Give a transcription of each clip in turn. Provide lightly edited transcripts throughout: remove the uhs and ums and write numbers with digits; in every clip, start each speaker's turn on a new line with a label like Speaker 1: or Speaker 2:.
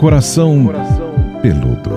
Speaker 1: Coração Peludo.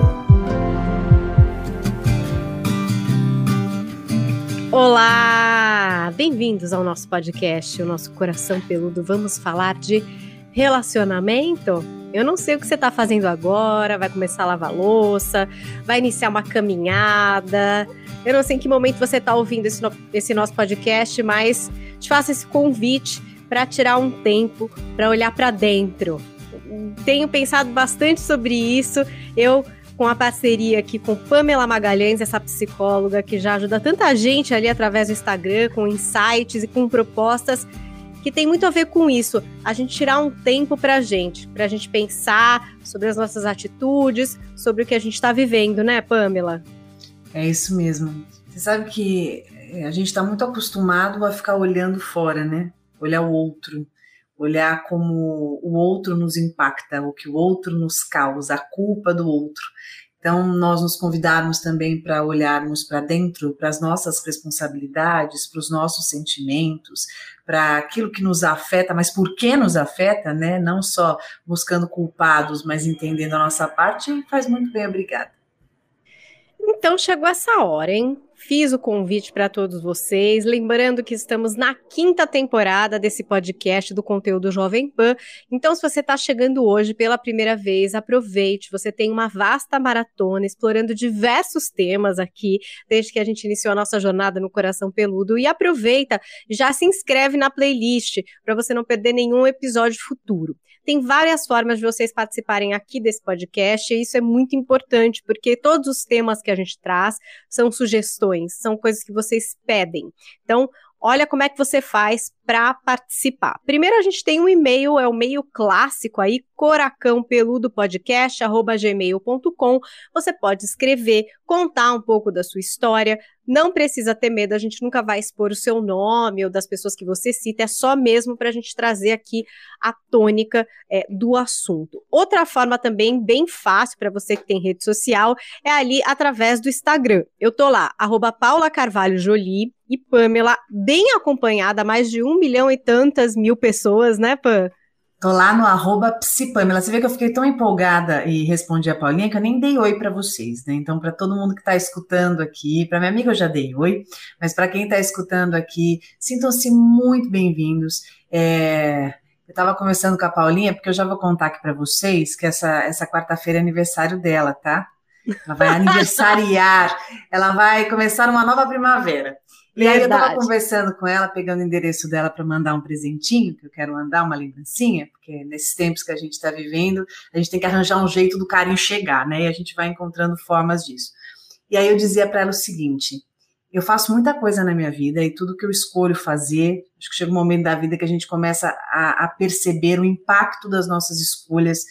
Speaker 2: Olá! Bem-vindos ao nosso podcast, o nosso Coração Peludo. Vamos falar de relacionamento? Eu não sei o que você está fazendo agora, vai começar a lavar louça, vai iniciar uma caminhada. Eu não sei em que momento você está ouvindo esse nosso podcast, mas te faço esse convite para tirar um tempo, para olhar para dentro. Tenho pensado bastante sobre isso, eu com a parceria aqui com Pamela Magalhães, essa psicóloga que já ajuda tanta gente ali através do Instagram, com insights e com propostas, que tem muito a ver com isso, a gente tirar um tempo pra gente pensar sobre as nossas atitudes, sobre o que a gente está vivendo, né, Pamela?
Speaker 3: É isso mesmo. Você sabe que a gente está muito acostumado a ficar olhando fora, né? Olhar o outro, olhar como o outro nos impacta, o que o outro nos causa, a culpa do outro. Então, nós nos convidarmos também para olharmos para dentro, para as nossas responsabilidades, para os nossos sentimentos, para aquilo que nos afeta, mas por que nos afeta, né? Não só buscando culpados, mas entendendo a nossa parte, faz muito bem, obrigada.
Speaker 2: Então chegou essa hora, hein? Fiz o convite para todos vocês, lembrando que estamos na 5ª temporada desse podcast do Conteúdo Jovem Pan. Então, se você está chegando hoje pela primeira vez, aproveite, você tem uma vasta maratona explorando diversos temas aqui, desde que a gente iniciou a nossa jornada no Coração Peludo. E aproveita, já se inscreve na playlist para você não perder nenhum episódio futuro. Tem várias formas de vocês participarem aqui desse podcast, e isso é muito importante, porque todos os temas que a gente traz são sugestões, são coisas que vocês pedem. Então, olha como é que você faz para participar. Primeiro, a gente tem um e-mail, é o e-mail clássico aí, coracãopeludopodcast@gmail.com. Você pode escrever, contar um pouco da sua história. Não precisa ter medo, a gente nunca vai expor o seu nome ou das pessoas que você cita, é só mesmo para a gente trazer aqui a tônica do assunto. Outra forma também bem fácil para você que tem rede social é ali através do Instagram. Eu tô lá, @PaulaCarvalhoJolie e Pamela, bem acompanhada, mais de 1 milhão e tantas mil pessoas, né, Pam?
Speaker 3: Tô lá no @psipamela. Você vê que eu fiquei tão empolgada e respondi a Paulinha que eu nem dei oi para vocês, né? Então, para todo mundo que está escutando aqui, para minha amiga eu já dei oi, mas para quem está escutando aqui, sintam-se muito bem-vindos. Eu estava conversando com a Paulinha, porque eu já vou contar aqui para vocês que essa quarta-feira é aniversário dela, tá? Ela vai aniversariar, ela vai começar uma nova primavera. E aí eu estava conversando com ela, pegando o endereço dela para mandar um presentinho, que eu quero mandar uma lembrancinha, porque nesses tempos que a gente está vivendo, a gente tem que arranjar um jeito do carinho chegar, né? E a gente vai encontrando formas disso. E aí eu dizia para ela o seguinte: eu faço muita coisa na minha vida e tudo que eu escolho fazer, acho que chega um momento da vida que a gente começa a perceber o impacto das nossas escolhas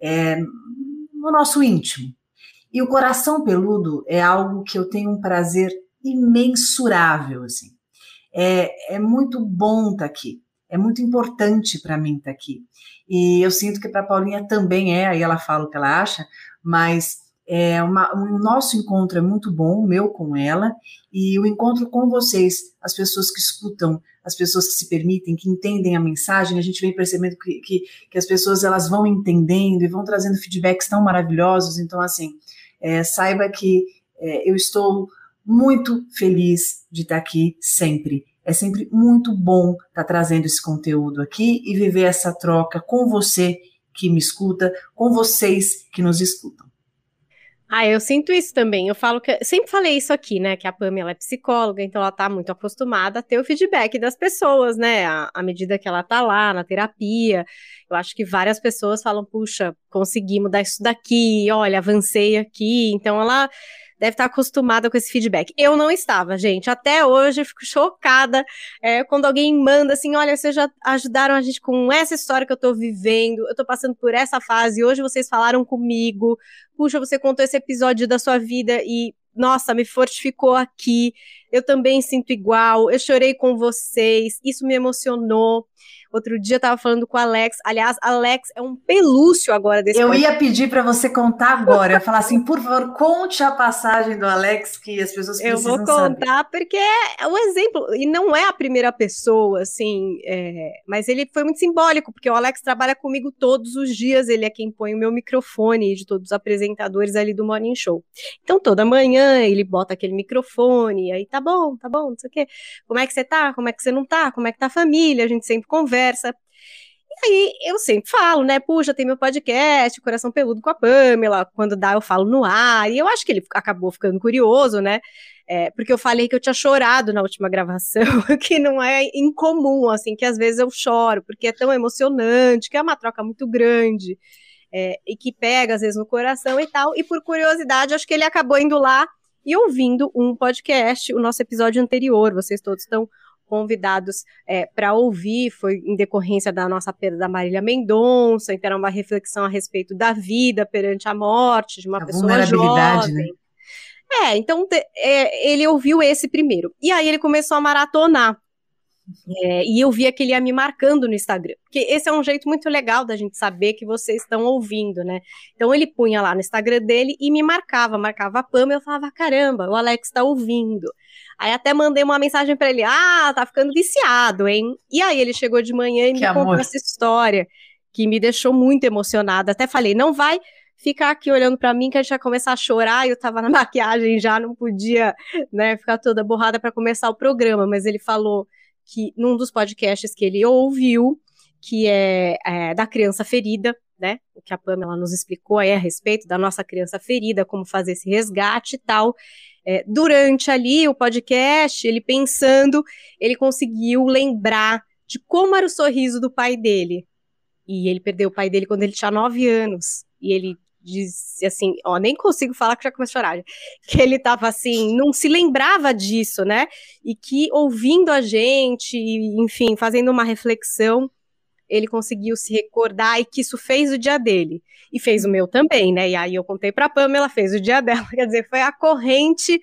Speaker 3: no nosso íntimo. E o coração peludo é algo que eu tenho um prazer imensurável, assim. É muito bom estar aqui, é muito importante para mim estar aqui. E eu sinto que para a Paulinha também aí ela fala o que ela acha, mas o nosso encontro é muito bom, o meu com ela, e o encontro com vocês, as pessoas que escutam, as pessoas que se permitem, que entendem a mensagem, a gente vem percebendo que as pessoas elas vão entendendo e vão trazendo feedbacks tão maravilhosos. Então, assim, saiba que eu estou muito feliz de estar aqui sempre. É sempre muito bom estar trazendo esse conteúdo aqui e viver essa troca com você que me escuta, com vocês que nos escutam.
Speaker 2: Eu sinto isso também. Eu falo que sempre falei isso aqui, né? Que a Pamela é psicóloga, então ela tá muito acostumada a ter o feedback das pessoas, né? À medida que ela tá lá na terapia. Eu acho que várias pessoas falam, puxa, consegui mudar isso daqui, olha, avancei aqui. Então ela deve estar acostumada com esse feedback. Eu não estava, gente. Até hoje eu fico chocada quando alguém manda assim, olha, vocês já ajudaram a gente com essa história que eu tô vivendo, eu tô passando por essa fase, hoje vocês falaram comigo, puxa, você contou esse episódio da sua vida e, nossa, me fortificou aqui, eu também sinto igual, eu chorei com vocês, isso me emocionou. Outro dia eu tava falando com o Alex. Aliás, Alex é um pelúcio agora desse
Speaker 3: Eu
Speaker 2: podcast.
Speaker 3: ia pedir para você contar agora. Eu ia falar assim, por favor, conte a passagem do Alex que as pessoas
Speaker 2: Eu vou
Speaker 3: precisam saber.
Speaker 2: contar porque é o exemplo, e não é a primeira pessoa, assim, mas ele foi muito simbólico, porque o Alex trabalha comigo todos os dias, ele é quem põe o meu microfone de todos os apresentadores ali do Morning Show. Então, toda manhã ele bota aquele microfone, e aí tá bom, não sei o quê. Como é que você tá? Como é que você não tá? Como é que tá a família? A gente sempre conversa. Aí eu sempre falo, né? Puxa, tem meu podcast, Coração Peludo com a Pamela. Quando dá, eu falo no ar. E eu acho que ele acabou ficando curioso, né? Porque eu falei que eu tinha chorado na última gravação, que não é incomum, assim, que às vezes eu choro, porque é tão emocionante, que é uma troca muito grande, e que pega, às vezes, no coração e tal. E por curiosidade, acho que ele acabou indo lá e ouvindo um podcast, o nosso episódio anterior. Vocês todos estão convidados para ouvir, foi em decorrência da nossa perda da Marília Mendonça, então era uma reflexão a respeito da vida perante a morte de uma pessoa jovem. Né? Então ele ouviu esse primeiro, e aí ele começou a maratonar, e eu via que ele ia me marcando no Instagram, porque esse é um jeito muito legal da gente saber que vocês estão ouvindo, né? Então ele punha lá no Instagram dele e me marcava a Pam, e eu falava, caramba, o Alex tá ouvindo. Aí até mandei uma mensagem para ele, tá ficando viciado, hein? E aí ele chegou de manhã e me contou essa história, que me deixou muito emocionada. Até falei, não vai ficar aqui olhando para mim que a gente vai começar a chorar, e eu tava na maquiagem já, não podia, né, ficar toda borrada para começar o programa, mas ele falou que num dos podcasts que ele ouviu, que é da criança ferida, né, o que a Pamela nos explicou aí a respeito da nossa criança ferida, como fazer esse resgate e tal, durante ali o podcast, ele pensando, ele conseguiu lembrar de como era o sorriso do pai dele, e ele perdeu o pai dele quando ele tinha 9 anos, e ele disse assim, nem consigo falar que já começou a chorar, que ele tava assim, não se lembrava disso, né, e que ouvindo a gente, enfim, fazendo uma reflexão, ele conseguiu se recordar e que isso fez o dia dele, e fez o meu também, né, e aí eu contei pra Pamela, fez o dia dela, quer dizer, foi a corrente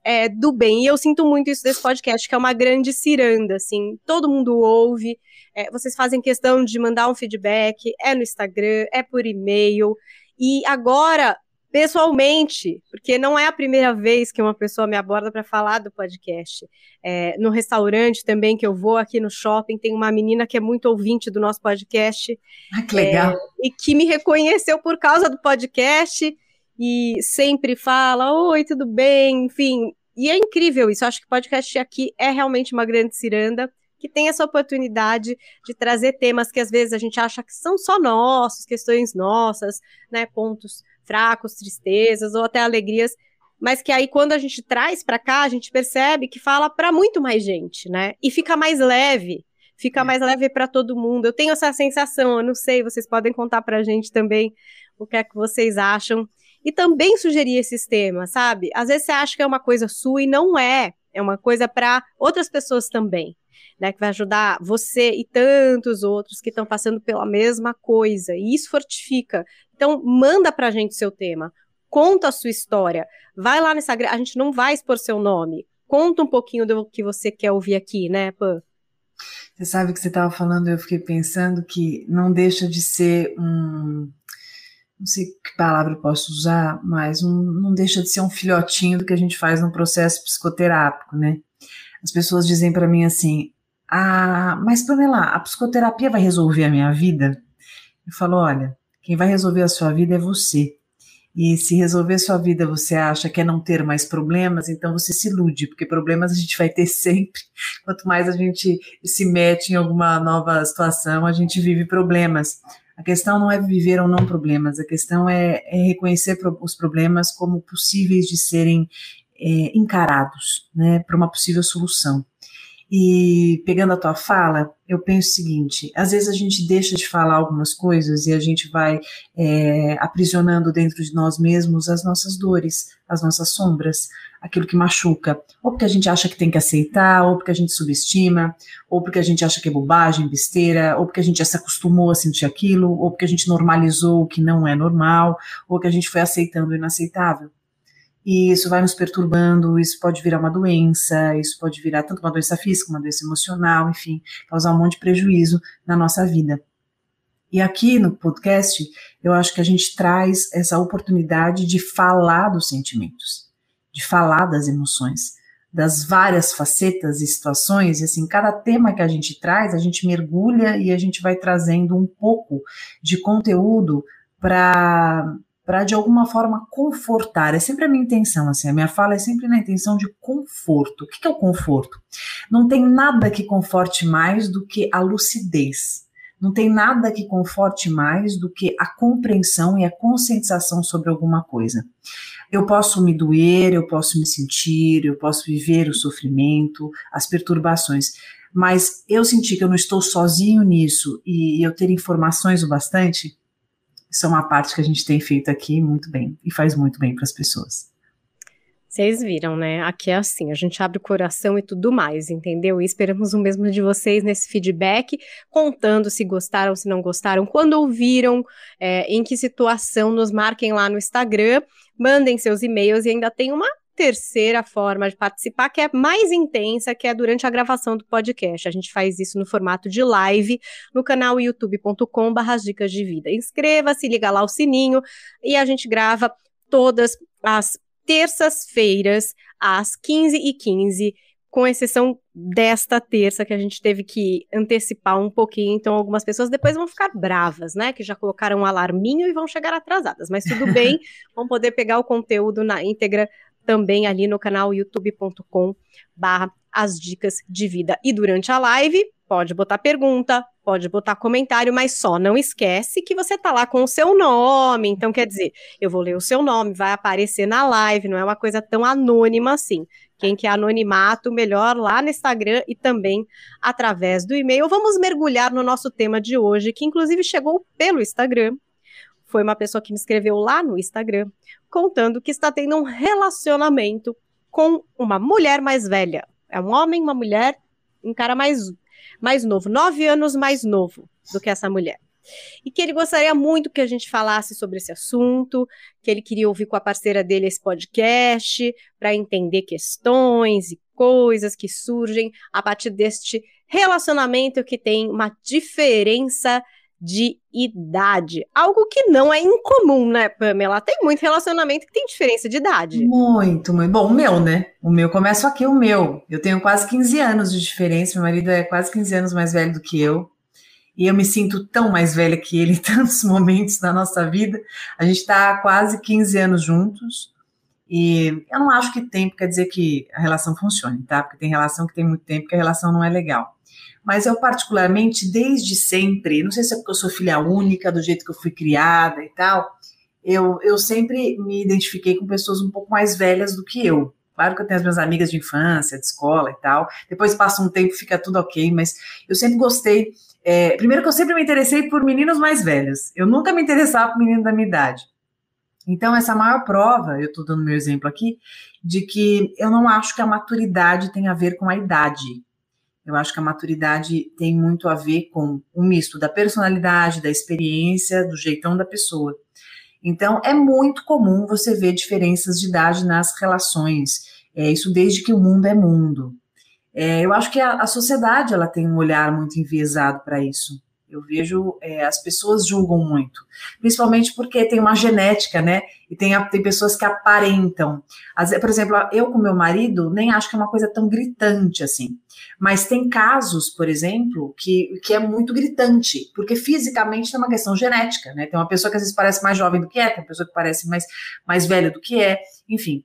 Speaker 2: do bem, e eu sinto muito isso desse podcast, que é uma grande ciranda, assim, todo mundo ouve, vocês fazem questão de mandar um feedback, no Instagram, por e-mail, e agora, pessoalmente, porque não é a primeira vez que uma pessoa me aborda para falar do podcast. No restaurante também que eu vou, aqui no shopping, tem uma menina que é muito ouvinte do nosso podcast.
Speaker 3: Que legal.
Speaker 2: E que me reconheceu por causa do podcast e sempre fala, oi, tudo bem? Enfim, e é incrível isso. Eu acho que o podcast aqui é realmente uma grande ciranda, que tem essa oportunidade de trazer temas que às vezes a gente acha que são só nossos, questões nossas, né, pontos fracos, tristezas ou até alegrias, mas que aí quando a gente traz para cá, a gente percebe que fala para muito mais gente, né, e fica mais leve para todo mundo. Eu tenho essa sensação, eu não sei, vocês podem contar pra gente também o que é que vocês acham, e também sugerir esses temas, sabe? Às vezes você acha que é uma coisa sua e não é uma coisa para outras pessoas também, né, que vai ajudar você e tantos outros que estão passando pela mesma coisa, e isso fortifica. Então, manda pra gente o seu tema, conta a sua história, vai lá no Instagram, a gente não vai expor seu nome, conta um pouquinho do que você quer ouvir aqui, né, Pam?
Speaker 3: Você sabe que você estava falando, eu fiquei pensando que não deixa de ser não sei que palavra eu posso usar, mas não deixa de ser um filhotinho do que a gente faz no processo psicoterápico, né? As pessoas dizem para mim assim, mas Pamela, a psicoterapia vai resolver a minha vida? Eu falo, olha, quem vai resolver a sua vida é você. E se resolver a sua vida você acha que é não ter mais problemas, então você se ilude, porque problemas a gente vai ter sempre. Quanto mais a gente se mete em alguma nova situação, a gente vive problemas. A questão não é viver ou não problemas, a questão é reconhecer os problemas como possíveis de serem encarados, né, para uma possível solução. E pegando a tua fala, eu penso o seguinte, às vezes a gente deixa de falar algumas coisas e a gente vai aprisionando dentro de nós mesmos as nossas dores, as nossas sombras, aquilo que machuca, ou porque a gente acha que tem que aceitar, ou porque a gente subestima, ou porque a gente acha que é bobagem, besteira, ou porque a gente já se acostumou a sentir aquilo, ou porque a gente normalizou o que não é normal, ou que a gente foi aceitando o inaceitável. e isso vai nos perturbando, isso pode virar uma doença, isso pode virar tanto uma doença física, uma doença emocional, enfim, causar um monte de prejuízo na nossa vida. E aqui no podcast, eu acho que a gente traz essa oportunidade de falar dos sentimentos, de falar das emoções, das várias facetas e situações, e assim, cada tema que a gente traz, a gente mergulha e a gente vai trazendo um pouco de conteúdo para de alguma forma confortar. É sempre a minha intenção, assim, a minha fala é sempre na intenção de conforto. O que é o conforto? Não tem nada que conforte mais do que a lucidez. Não tem nada que conforte mais do que a compreensão e a conscientização sobre alguma coisa. Eu posso me doer, eu posso me sentir, eu posso viver o sofrimento, as perturbações, mas eu sentir que eu não estou sozinho nisso e eu ter informações o bastante, isso é uma parte que a gente tem feito aqui muito bem e faz muito bem para as pessoas.
Speaker 2: Vocês viram, né? Aqui é assim, a gente abre o coração e tudo mais, entendeu? E esperamos o mesmo de vocês nesse feedback, contando se gostaram, se não gostaram, quando ouviram, em que situação, nos marquem lá no Instagram, mandem seus e-mails e ainda tem uma terceira forma de participar, que é mais intensa, que é durante a gravação do podcast. A gente faz isso no formato de live, no canal youtube.com/dicas de vida. Inscreva-se, liga lá o sininho e a gente grava todas as terças-feiras, às 15h15, com exceção desta terça, que a gente teve que antecipar um pouquinho, então algumas pessoas depois vão ficar bravas, né, que já colocaram um alarminho e vão chegar atrasadas, mas tudo bem, vão poder pegar o conteúdo na íntegra também ali no canal youtube.com/as dicas de vida. E durante a live, pode botar pergunta, pode botar comentário, mas só não esquece que você tá lá com o seu nome. Então, quer dizer, eu vou ler o seu nome, vai aparecer na live, não é uma coisa tão anônima assim. Quem quer anonimato, melhor lá no Instagram e também através do e-mail. Vamos mergulhar no nosso tema de hoje, que inclusive chegou pelo Instagram. Foi uma pessoa que me escreveu lá no Instagram, contando que está tendo um relacionamento com uma mulher mais velha. É um homem, uma mulher, um cara mais novo, 9 anos mais novo do que essa mulher. E que ele gostaria muito que a gente falasse sobre esse assunto, que ele queria ouvir com a parceira dele esse podcast, para entender questões e coisas que surgem a partir deste relacionamento que tem uma diferença de idade. Algo que não é incomum, né, Pamela? Tem muito relacionamento que tem diferença de idade.
Speaker 3: Muito, muito. Bom, o meu, né? O meu, começo aqui, o meu. Eu tenho quase 15 anos de diferença, meu marido é quase 15 anos mais velho do que eu. E eu me sinto tão mais velha que ele em tantos momentos da nossa vida. A gente está há quase 15 anos juntos. E eu não acho que tempo quer dizer que a relação funcione, tá? Porque tem relação que tem muito tempo que a relação não é legal. Mas eu particularmente, desde sempre, não sei se é porque eu sou filha única, do jeito que eu fui criada e tal, eu sempre me identifiquei com pessoas um pouco mais velhas do que eu. Claro que eu tenho as minhas amigas de infância, de escola e tal, depois passa um tempo, fica tudo ok, mas eu sempre gostei, primeiro que eu sempre me interessei por meninos mais velhos, eu nunca me interessava por menino da minha idade. Então, essa é a maior prova, eu estou dando meu exemplo aqui, de que eu não acho que a maturidade tem a ver com a idade. Eu acho que a maturidade tem muito a ver com um misto da personalidade, da experiência, do jeitão da pessoa. Então, é muito comum você ver diferenças de idade nas relações, isso desde que o mundo é mundo. Eu acho que a sociedade ela tem um olhar muito enviesado para isso. Eu vejo, as pessoas julgam muito, principalmente porque tem uma genética, né? E tem pessoas que aparentam. Por exemplo, eu com meu marido nem acho que é uma coisa tão gritante assim. Mas tem casos, por exemplo, que é muito gritante, porque fisicamente tem uma questão genética, né? Tem uma pessoa que às vezes parece mais jovem do que é, tem uma pessoa que parece mais velha do que é, enfim.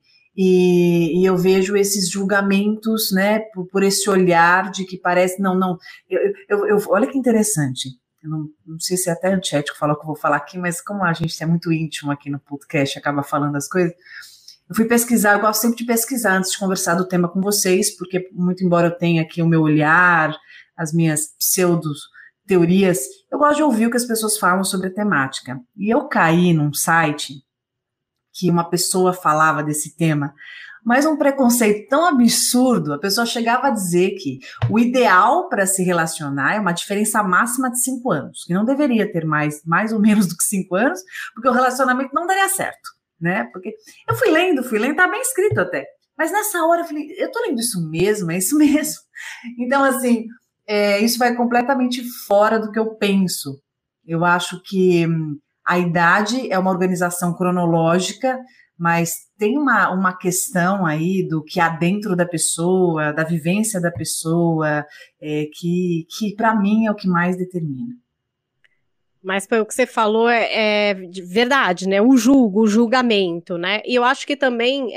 Speaker 3: E eu vejo esses julgamentos, né, por esse olhar de que parece, não, olha que interessante, eu não sei se é até antiético falar o que eu vou falar aqui, mas como a gente é muito íntimo aqui no podcast, acaba falando as coisas, eu fui pesquisar, eu gosto sempre de pesquisar antes de conversar do tema com vocês, porque muito embora eu tenha aqui o meu olhar, as minhas pseudo-teorias, eu gosto de ouvir o que as pessoas falam sobre a temática. E eu caí num site que uma pessoa falava desse tema, mas um preconceito tão absurdo, a pessoa chegava a dizer que o ideal para se relacionar é uma diferença máxima de 5 anos, que não deveria ter mais ou menos do que 5 anos, porque o relacionamento não daria certo. né? Porque eu fui lendo, tá bem escrito até. Mas nessa hora eu falei, eu tô lendo isso mesmo? É isso mesmo? Então, assim, isso vai completamente fora do que eu penso. Eu acho que a idade é uma organização cronológica, mas tem uma questão aí do que há dentro da pessoa, da vivência da pessoa, que para mim é o que mais determina.
Speaker 2: Mas o que você falou é de verdade, né? O julgamento, né? E eu acho que também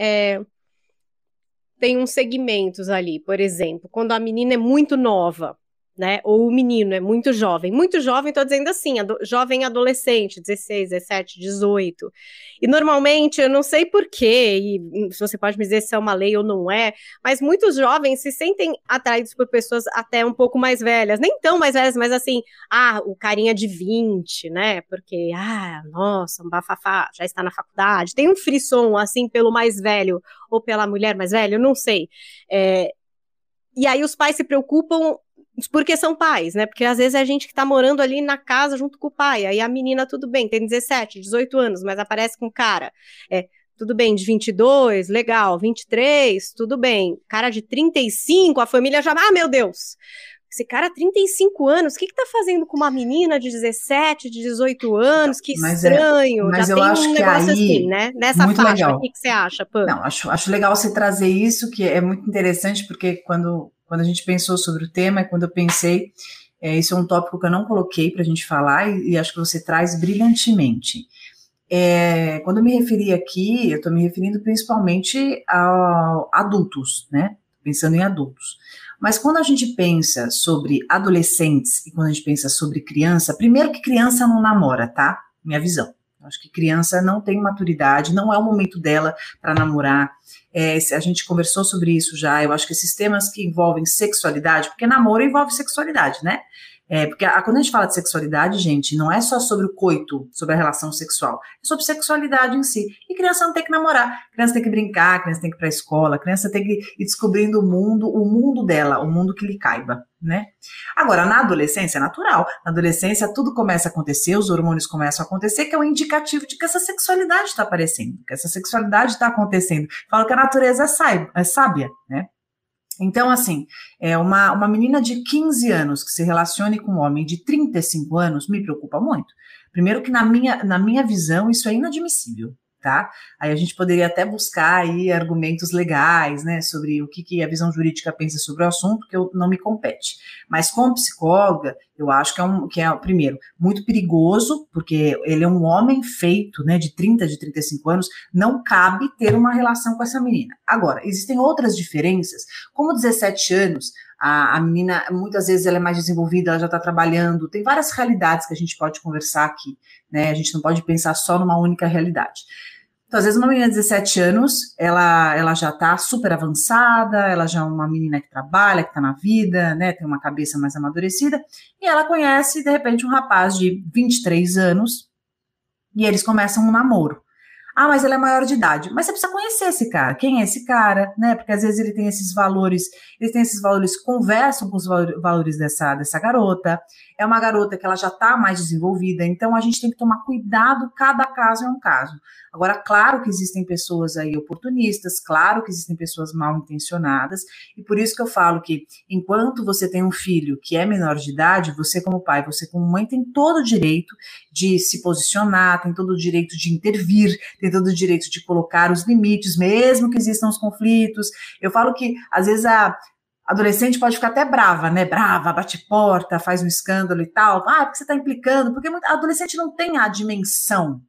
Speaker 2: tem uns segmentos ali, por exemplo, quando a menina é muito nova, né? Ou o menino é muito jovem. Muito jovem, tô dizendo assim, jovem adolescente, 16, 17, 18. E normalmente, eu não sei por quê, e se você pode me dizer se é uma lei ou não é, mas muitos jovens se sentem atraídos por pessoas até um pouco mais velhas, nem tão mais velhas, mas assim, o carinha de 20, né? Porque, nossa, um bafafá, já está na faculdade. Tem um frisson, assim, pelo mais velho ou pela mulher mais velha, eu não sei. E aí os pais se preocupam porque são pais, né? Porque às vezes é a gente que tá morando ali na casa junto com o pai. Aí a menina, tudo bem, tem 17, 18 anos, mas aparece com cara. Tudo bem, de 22, legal. 23, tudo bem. Cara de 35, a família já... meu Deus! Esse cara, 35 anos, o que tá fazendo com uma menina de 17, de 18 anos? Que estranho.
Speaker 3: Mas
Speaker 2: já
Speaker 3: eu
Speaker 2: tem
Speaker 3: acho
Speaker 2: um
Speaker 3: que
Speaker 2: negócio
Speaker 3: aí,
Speaker 2: assim, né? Nessa
Speaker 3: muito
Speaker 2: faixa,
Speaker 3: legal.
Speaker 2: o que você acha, Pan?
Speaker 3: Não, acho legal você trazer isso, que é muito interessante, porque quando a gente pensou sobre o tema, quando eu pensei, isso é um tópico que eu não coloquei para a gente falar, e acho que você traz brilhantemente. Quando eu me referi aqui, eu estou me referindo principalmente a adultos, né? Pensando em adultos. Mas quando a gente pensa sobre adolescentes e quando a gente pensa sobre criança, primeiro que criança não namora, tá? Minha visão. Acho que criança não tem maturidade, não é o momento dela para namorar. A gente conversou sobre isso já. Eu acho que esses temas que envolvem sexualidade, porque namoro envolve sexualidade, né? Porque quando a gente fala de sexualidade, gente, não é só sobre o coito, sobre a relação sexual, é sobre sexualidade em si. E criança não tem que namorar, criança tem que brincar, criança tem que ir para a escola, criança tem que ir descobrindo o mundo dela, o mundo que lhe caiba, né? Agora, na adolescência é natural, na adolescência tudo começa a acontecer, os hormônios começam a acontecer, que é um indicativo de que essa sexualidade está aparecendo, que essa sexualidade está acontecendo. Falo que a natureza é sábia, né? Então, assim, uma menina de 15 anos que se relacione com um homem de 35 anos me preocupa muito. Primeiro que na minha visão isso é inadmissível, tá? Aí a gente poderia até buscar aí argumentos legais, né, sobre o que a visão jurídica pensa sobre o assunto, que não me compete. Mas como psicóloga, eu acho que é primeiro, muito perigoso, porque ele é um homem feito, né, de 35 anos, não cabe ter uma relação com essa menina. Agora, existem outras diferenças, como 17 anos, a menina, muitas vezes ela é mais desenvolvida, ela já está trabalhando, tem várias realidades que a gente pode conversar aqui, né, a gente não pode pensar só numa única realidade. Então, às vezes uma menina de 17 anos, ela já está super avançada, ela já é uma menina que trabalha, que está na vida, né, tem uma cabeça mais amadurecida, e ela conhece, de repente, um rapaz de 23 anos, e eles começam um namoro. Mas ele é maior de idade. Mas você precisa conhecer esse cara. Quem é esse cara, né? Porque às vezes ele tem esses valores que conversam com os valores dessa garota. É uma garota que ela já está mais desenvolvida, então a gente tem que tomar cuidado, cada caso é um caso. Agora, claro que existem pessoas aí oportunistas, claro que existem pessoas mal intencionadas, e por isso que eu falo que enquanto você tem um filho que é menor de idade, você como pai, você como mãe tem todo o direito de se posicionar, tem todo o direito de intervir, tem todo o direito de colocar os limites, mesmo que existam os conflitos. Eu falo que às vezes a adolescente pode ficar até brava, né? Brava, bate porta, faz um escândalo e tal. Porque você está implicando? Porque a adolescente não tem a dimensão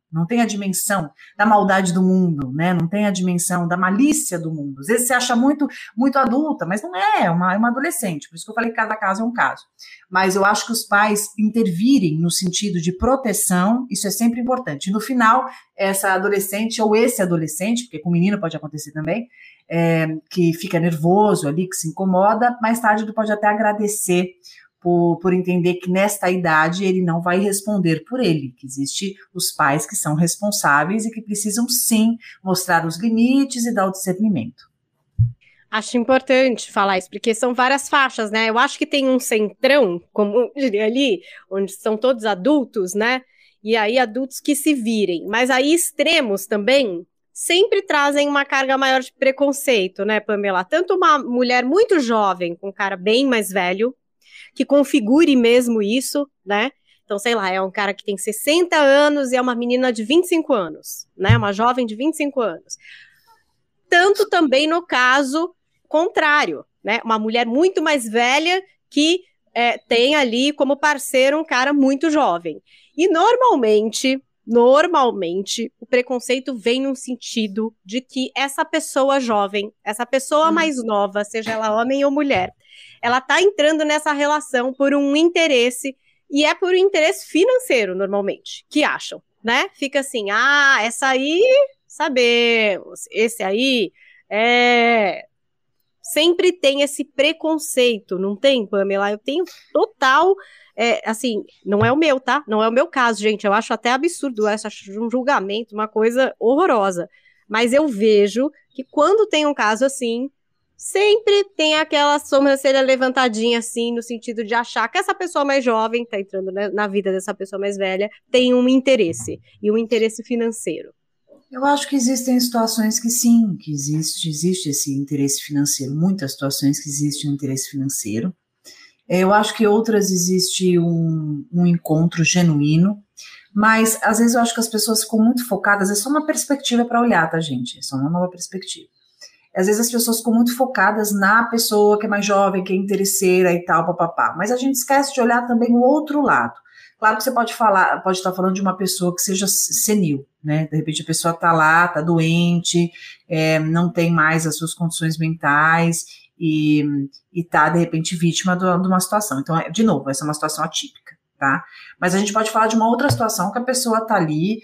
Speaker 3: da maldade do mundo, né? Não tem a dimensão da malícia do mundo. Às vezes você acha muito, muito adulta, mas não é uma adolescente. Por isso que eu falei que cada caso é um caso. Mas eu acho que os pais intervirem no sentido de proteção, isso é sempre importante. E no final, essa adolescente ou esse adolescente, porque com o menino pode acontecer também, que fica nervoso ali, que se incomoda, mais tarde ele pode até agradecer por entender que nesta idade ele não vai responder por ele, que existem os pais que são responsáveis e que precisam sim mostrar os limites e dar o discernimento.
Speaker 2: Acho importante falar isso, porque são várias faixas, né? Eu acho que tem um centrão, como eu diria ali, onde são todos adultos, né? e aí adultos que se virem. Mas aí extremos também sempre trazem uma carga maior de preconceito, né, Pamela? Tanto uma mulher muito jovem com um cara bem mais velho, que configure mesmo isso, né? Então, sei lá, é um cara que tem 60 anos e é uma menina de 25 anos, né? Uma jovem de 25 anos. Tanto também no caso contrário, né? Uma mulher muito mais velha que tem ali como parceiro um cara muito jovem. E normalmente, o preconceito vem no sentido de que essa pessoa jovem, essa pessoa mais nova, seja ela homem ou mulher, ela tá entrando nessa relação por um interesse, e é por um interesse financeiro, normalmente, que acham, né? Fica assim, essa aí, sabemos, esse aí, sempre tem esse preconceito, não tem, Pamela? Eu tenho total, assim, não é o meu, tá? Não é o meu caso, gente, eu acho até absurdo, eu acho um julgamento, uma coisa horrorosa, mas eu vejo que quando tem um caso assim, sempre tem aquela sobrancelha levantadinha, assim, no sentido de achar que essa pessoa mais jovem, tá entrando, né, na vida dessa pessoa mais velha, tem um interesse, e um interesse financeiro.
Speaker 3: Eu acho que existem situações que sim, que existe esse interesse financeiro, muitas situações que existe um interesse financeiro. Eu acho que outras existe um encontro genuíno, mas às vezes eu acho que as pessoas ficam muito focadas, é só uma perspectiva para olhar, tá, gente? É só uma nova perspectiva. Às vezes as pessoas ficam muito focadas na pessoa que é mais jovem, que é interesseira e tal, papapá, mas a gente esquece de olhar também o outro lado. Claro que você pode estar falando de uma pessoa que seja senil, né? De repente a pessoa está lá, está doente, não tem mais as suas condições mentais e está, de repente, vítima de uma situação. Então, de novo, essa é uma situação atípica, tá? Mas a gente pode falar de uma outra situação que a pessoa está ali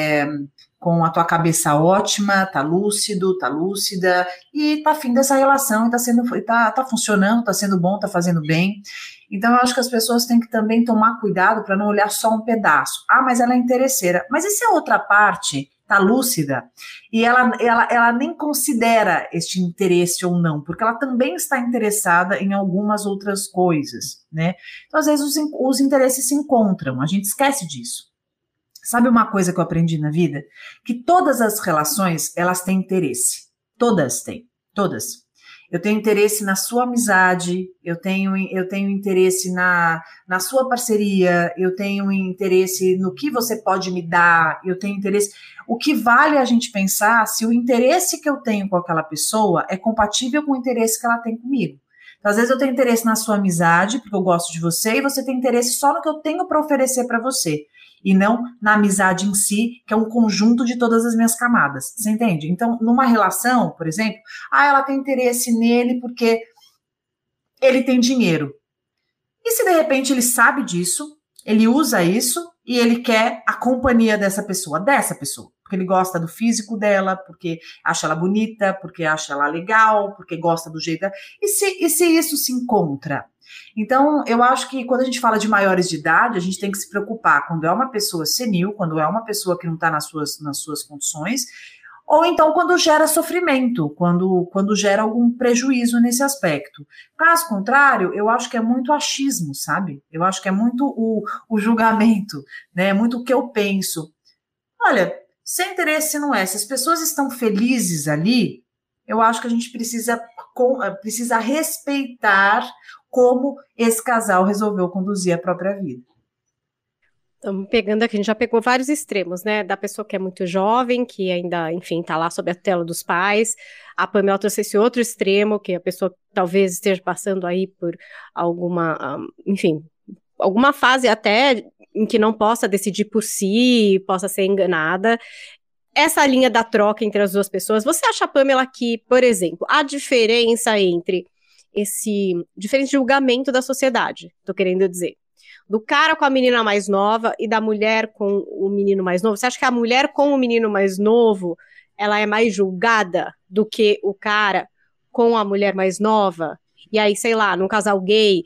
Speaker 3: com a tua cabeça ótima, tá lúcido, tá lúcida e tá afim dessa relação e tá funcionando, tá sendo bom, tá fazendo bem. Então, eu acho que as pessoas têm que também tomar cuidado para não olhar só um pedaço. Mas ela é interesseira. Mas e se a outra parte tá lúcida e ela nem considera este interesse ou não, porque ela também está interessada em algumas outras coisas, né? Então, às vezes, os interesses se encontram, a gente esquece disso. Sabe uma coisa que eu aprendi na vida? Que todas as relações, elas têm interesse. Todas têm, todas. Eu tenho interesse na sua amizade, eu tenho interesse na sua parceria, eu tenho interesse no que você pode me dar, eu tenho interesse... O que vale a gente pensar se o interesse que eu tenho com aquela pessoa é compatível com o interesse que ela tem comigo. Então, às vezes eu tenho interesse na sua amizade, porque eu gosto de você, e você tem interesse só no que eu tenho para oferecer para você, e não na amizade em si, que é um conjunto de todas as minhas camadas, você entende? Então, numa relação, por exemplo, ela tem interesse nele porque ele tem dinheiro. E se de repente ele sabe disso, ele usa isso e ele quer a companhia dessa pessoa, porque ele gosta do físico dela, porque acha ela bonita, porque acha ela legal, porque gosta do jeito dela. E se isso se encontra? Então, eu acho que quando a gente fala de maiores de idade, a gente tem que se preocupar quando é uma pessoa senil, quando é uma pessoa que não está nas suas condições, ou então quando gera sofrimento, quando gera algum prejuízo nesse aspecto. Caso contrário, eu acho que é muito achismo, sabe? Eu acho que é muito o julgamento, né? É muito o que eu penso. Olha, sem interesse não é. Se as pessoas estão felizes ali, eu acho que a gente precisa respeitar como esse casal resolveu conduzir a própria vida.
Speaker 2: Estamos pegando aqui, a gente já pegou vários extremos, né? Da pessoa que é muito jovem, que ainda, enfim, tá lá sob a tutela dos pais. A Pamela trouxe esse outro extremo, que a pessoa talvez esteja passando aí por alguma, enfim, alguma fase até em que não possa decidir por si, possa ser enganada. Essa linha da troca entre as duas pessoas, você acha, Pamela, que, por exemplo, a diferença entre esse diferente julgamento da sociedade, tô querendo dizer, do cara com a menina mais nova e da mulher com o menino mais novo, você acha que a mulher com o menino mais novo, ela é mais julgada do que o cara com a mulher mais nova? E aí, sei lá, num casal gay,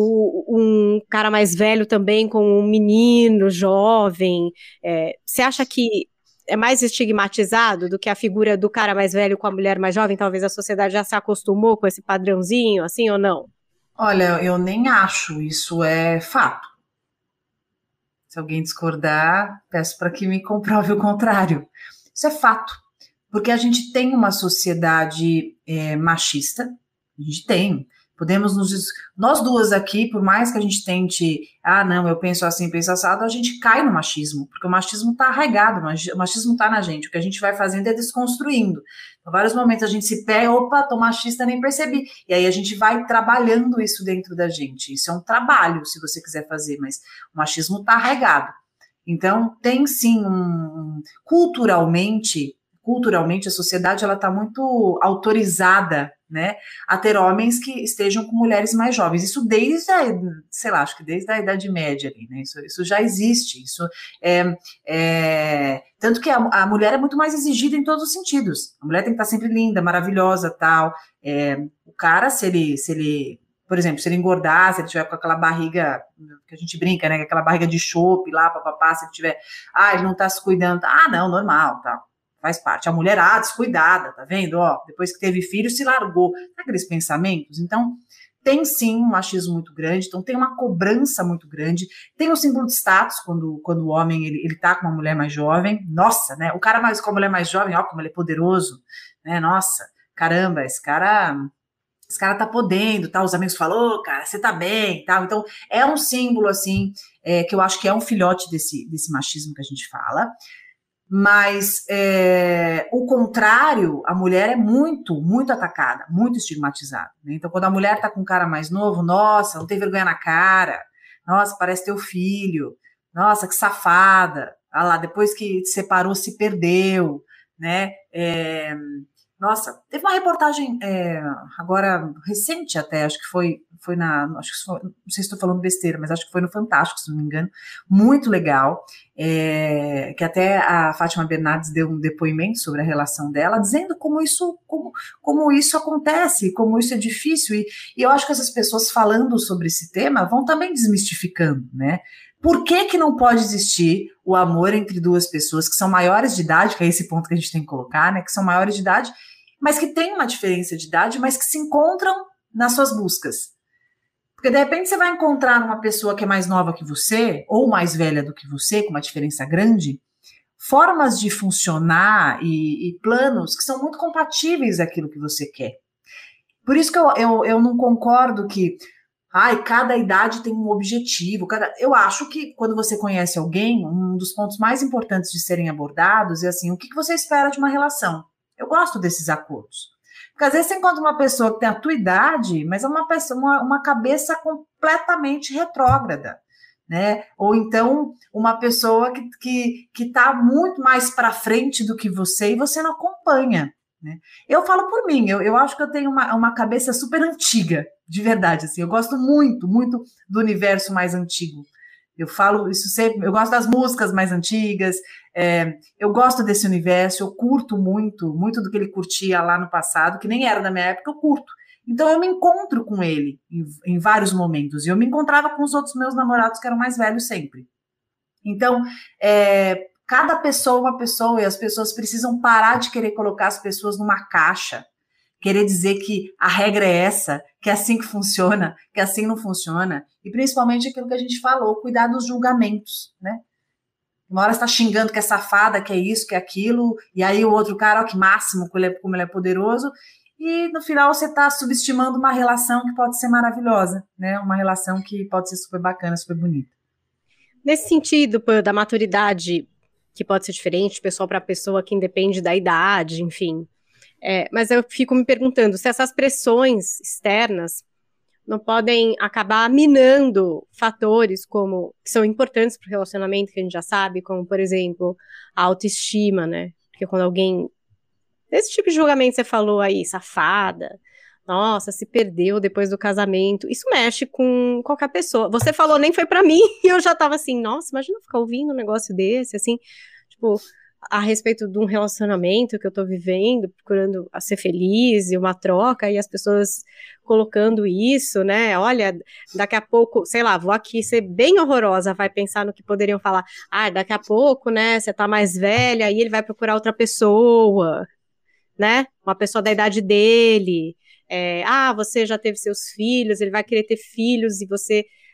Speaker 2: um cara mais velho também com um menino jovem, você acha que é mais estigmatizado do que a figura do cara mais velho com a mulher mais jovem? Talvez a sociedade já se acostumou com esse padrãozinho, assim, ou não?
Speaker 3: Olha, eu nem acho, isso é fato. Se alguém discordar, peço para que me comprove o contrário. Isso é fato, porque a gente tem uma sociedade machista, a gente tem. Podemos nós duas aqui, por mais que a gente tente, não, eu penso assim, penso assado, a gente cai no machismo, porque o machismo está arraigado, o machismo está na gente, o que a gente vai fazendo é desconstruindo. Em vários momentos a gente se pega, opa, tô machista, nem percebi, e aí a gente vai trabalhando isso dentro da gente, isso é um trabalho, se você quiser fazer, mas o machismo está arraigado. Então, tem sim, culturalmente a sociedade ela está muito autorizada, né, a ter homens que estejam com mulheres mais jovens. Isso desde acho que desde a Idade Média, ali, né? Isso já existe. Isso tanto que a mulher é muito mais exigida em todos os sentidos. A mulher tem que estar sempre linda, maravilhosa, tal. O cara, se ele, por exemplo, se ele engordar, se ele tiver com aquela barriga que a gente brinca, né, aquela barriga de chope lá, papapá, se ele tiver, ele não está se cuidando, não, normal, tal. Faz parte. A mulher, descuidada, tá vendo? Depois que teve filho, se largou. Sabe aqueles pensamentos? Então, tem sim um machismo muito grande, então tem uma cobrança muito grande, tem um símbolo de status quando o homem, ele tá com uma mulher mais jovem, nossa, né? O cara com a mulher mais jovem, como ele é poderoso, né? Nossa, caramba, esse cara tá podendo, tá? Os amigos falam, cara, você tá bem, tal. Então, é um símbolo, assim, que eu acho que é um filhote desse machismo que a gente fala. Mas o contrário, a mulher é muito, muito atacada, muito estigmatizada, né? Então, quando a mulher está com um cara mais novo, nossa, não tem vergonha na cara, nossa, parece teu filho, nossa, que safada, lá, depois que se separou, se perdeu, né? Nossa, teve uma reportagem agora recente até, acho que foi não sei se estou falando besteira, mas acho que foi no Fantástico, se não me engano, muito legal, que até a Fátima Bernardes deu um depoimento sobre a relação dela, dizendo como isso acontece, como isso é difícil, e eu acho que essas pessoas falando sobre esse tema vão também desmistificando, né? Por que não pode existir o amor entre duas pessoas que são maiores de idade, que é esse ponto que a gente tem que colocar, né? Que são maiores de idade, mas que têm uma diferença de idade, mas que se encontram nas suas buscas. Porque, de repente, você vai encontrar uma pessoa que é mais nova que você, ou mais velha do que você, com uma diferença grande, formas de funcionar e planos que são muito compatíveis àquilo que você quer. Por isso que eu não concordo que cada idade tem um objetivo. Eu acho que quando você conhece alguém, um dos pontos mais importantes de serem abordados é assim, o que você espera de uma relação? Eu gosto desses acordos. Porque às vezes você encontra uma pessoa que tem a tua idade, mas é uma cabeça completamente retrógrada, né? Ou então uma pessoa que está muito mais para frente do que você e você não acompanha, né? Eu falo por mim, eu acho que eu tenho uma cabeça super antiga, de verdade, assim, eu gosto muito, muito do universo mais antigo. Eu falo isso sempre, eu gosto das músicas mais antigas, eu gosto desse universo, eu curto muito, muito do que ele curtia lá no passado, que nem era da minha época, eu curto. Então eu me encontro com ele em vários momentos, e eu me encontrava com os outros meus namorados que eram mais velhos sempre. Então, cada pessoa é uma pessoa, e as pessoas precisam parar de querer colocar as pessoas numa caixa, querer dizer que a regra é essa, que é assim que funciona, que assim não funciona, e principalmente aquilo que a gente falou, cuidar dos julgamentos, né? Uma hora você está xingando que é safada, que é isso, que é aquilo, e aí o outro cara, que máximo, como ele é poderoso, e no final você está subestimando uma relação que pode ser maravilhosa, né? Uma relação que pode ser super bacana, super bonita.
Speaker 2: Nesse sentido, da maturidade, que pode ser diferente de pessoa para pessoa, que independe da idade, enfim. Mas eu fico me perguntando se essas pressões externas não podem acabar minando fatores que são importantes para o relacionamento, que a gente já sabe, como, por exemplo, a autoestima, né? Porque quando alguém... Esse tipo de julgamento que você falou aí, safada, nossa, se perdeu depois do casamento, isso mexe com qualquer pessoa. Você falou, nem foi para mim, e eu já tava assim, nossa, imagina ficar ouvindo um negócio desse, assim, tipo... a respeito de um relacionamento que eu tô vivendo, procurando ser feliz e uma troca, e as pessoas colocando isso, né, olha, daqui a pouco, sei lá, vou aqui ser bem horrorosa, vai pensar no que poderiam falar, daqui a pouco, né, você tá mais velha, e ele vai procurar outra pessoa, né, uma pessoa da idade dele, você já teve seus filhos, ele vai querer ter filhos, e você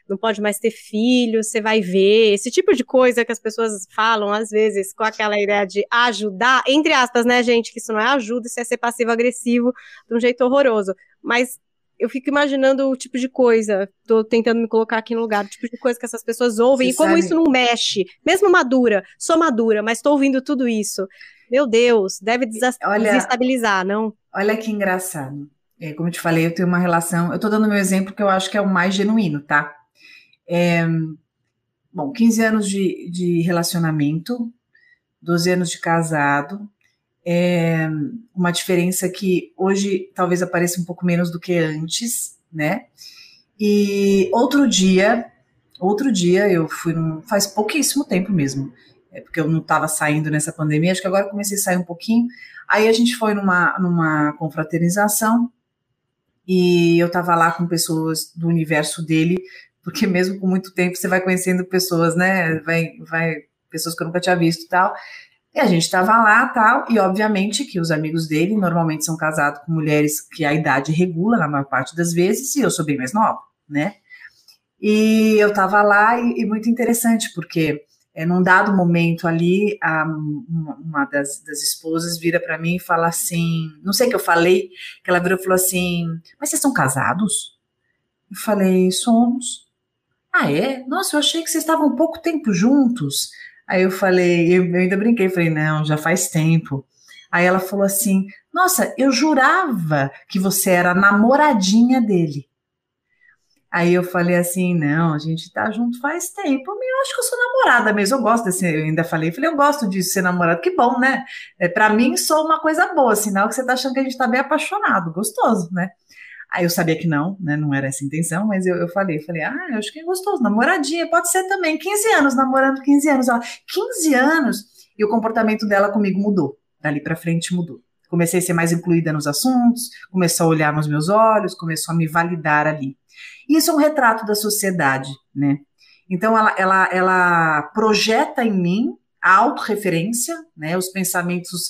Speaker 2: não pode mais ter filho, você vai ver, esse tipo de coisa que as pessoas falam, às vezes, com aquela ideia de ajudar, entre aspas, né, gente, que isso não é ajuda, isso é ser passivo-agressivo de um jeito horroroso, mas eu fico imaginando o tipo de coisa, tô tentando me colocar aqui no lugar, o tipo de coisa que essas pessoas ouvem,
Speaker 3: Você
Speaker 2: e como
Speaker 3: sabe,
Speaker 2: isso não mexe, mesmo madura, sou madura, mas tô ouvindo tudo isso, meu Deus, deve
Speaker 3: olha,
Speaker 2: desestabilizar, não?
Speaker 3: olha que engraçado. Como eu te falei, eu tenho uma relação. Eu tô dando meu exemplo que eu acho que é o mais genuíno, tá? É, bom, 15 anos de relacionamento, 12 anos de casado. É uma diferença que hoje talvez apareça um pouco menos do que antes, né? E outro dia eu fui faz pouquíssimo tempo mesmo, porque eu não estava saindo nessa pandemia, acho que agora eu comecei a sair um pouquinho. Aí a gente foi numa confraternização e eu estava lá com pessoas do universo dele, porque mesmo com muito tempo você vai conhecendo pessoas, né? Vai pessoas que eu nunca tinha visto e tal. E a gente estava lá, tal, e obviamente que os amigos dele normalmente são casados com mulheres que a idade regula na maior parte das vezes, e eu sou bem mais nova, né? E eu estava lá e muito interessante, porque num dado momento ali, uma das esposas vira para mim e fala assim, não sei o que eu falei, que ela virou e falou assim, mas vocês são casados? Eu falei, somos. Ah, é? Nossa, eu achei que vocês estavam pouco tempo juntos. Aí eu falei, eu ainda brinquei, falei, não, já faz tempo. Aí ela falou assim, nossa, eu jurava que você era a namoradinha dele. Aí eu falei assim, não, a gente tá junto faz tempo. Eu acho que eu sou namorada mesmo, eu gosto desse, eu ainda falei, eu gosto de ser namorada, que bom, né? Para mim, sou uma coisa boa, sinal que você tá achando que a gente tá bem apaixonado, gostoso, né? Aí eu sabia que não, né? Não era essa a intenção, mas eu falei, eu acho que é gostoso, namoradinha, pode ser também, 15 anos, namorando 15 anos. Ela, 15 anos? E o comportamento dela comigo mudou, dali pra frente mudou. Comecei a ser mais incluída nos assuntos, começou a olhar nos meus olhos, começou a me validar ali. Isso é um retrato da sociedade, né? Então ela projeta em mim a autorreferência, né? Os pensamentos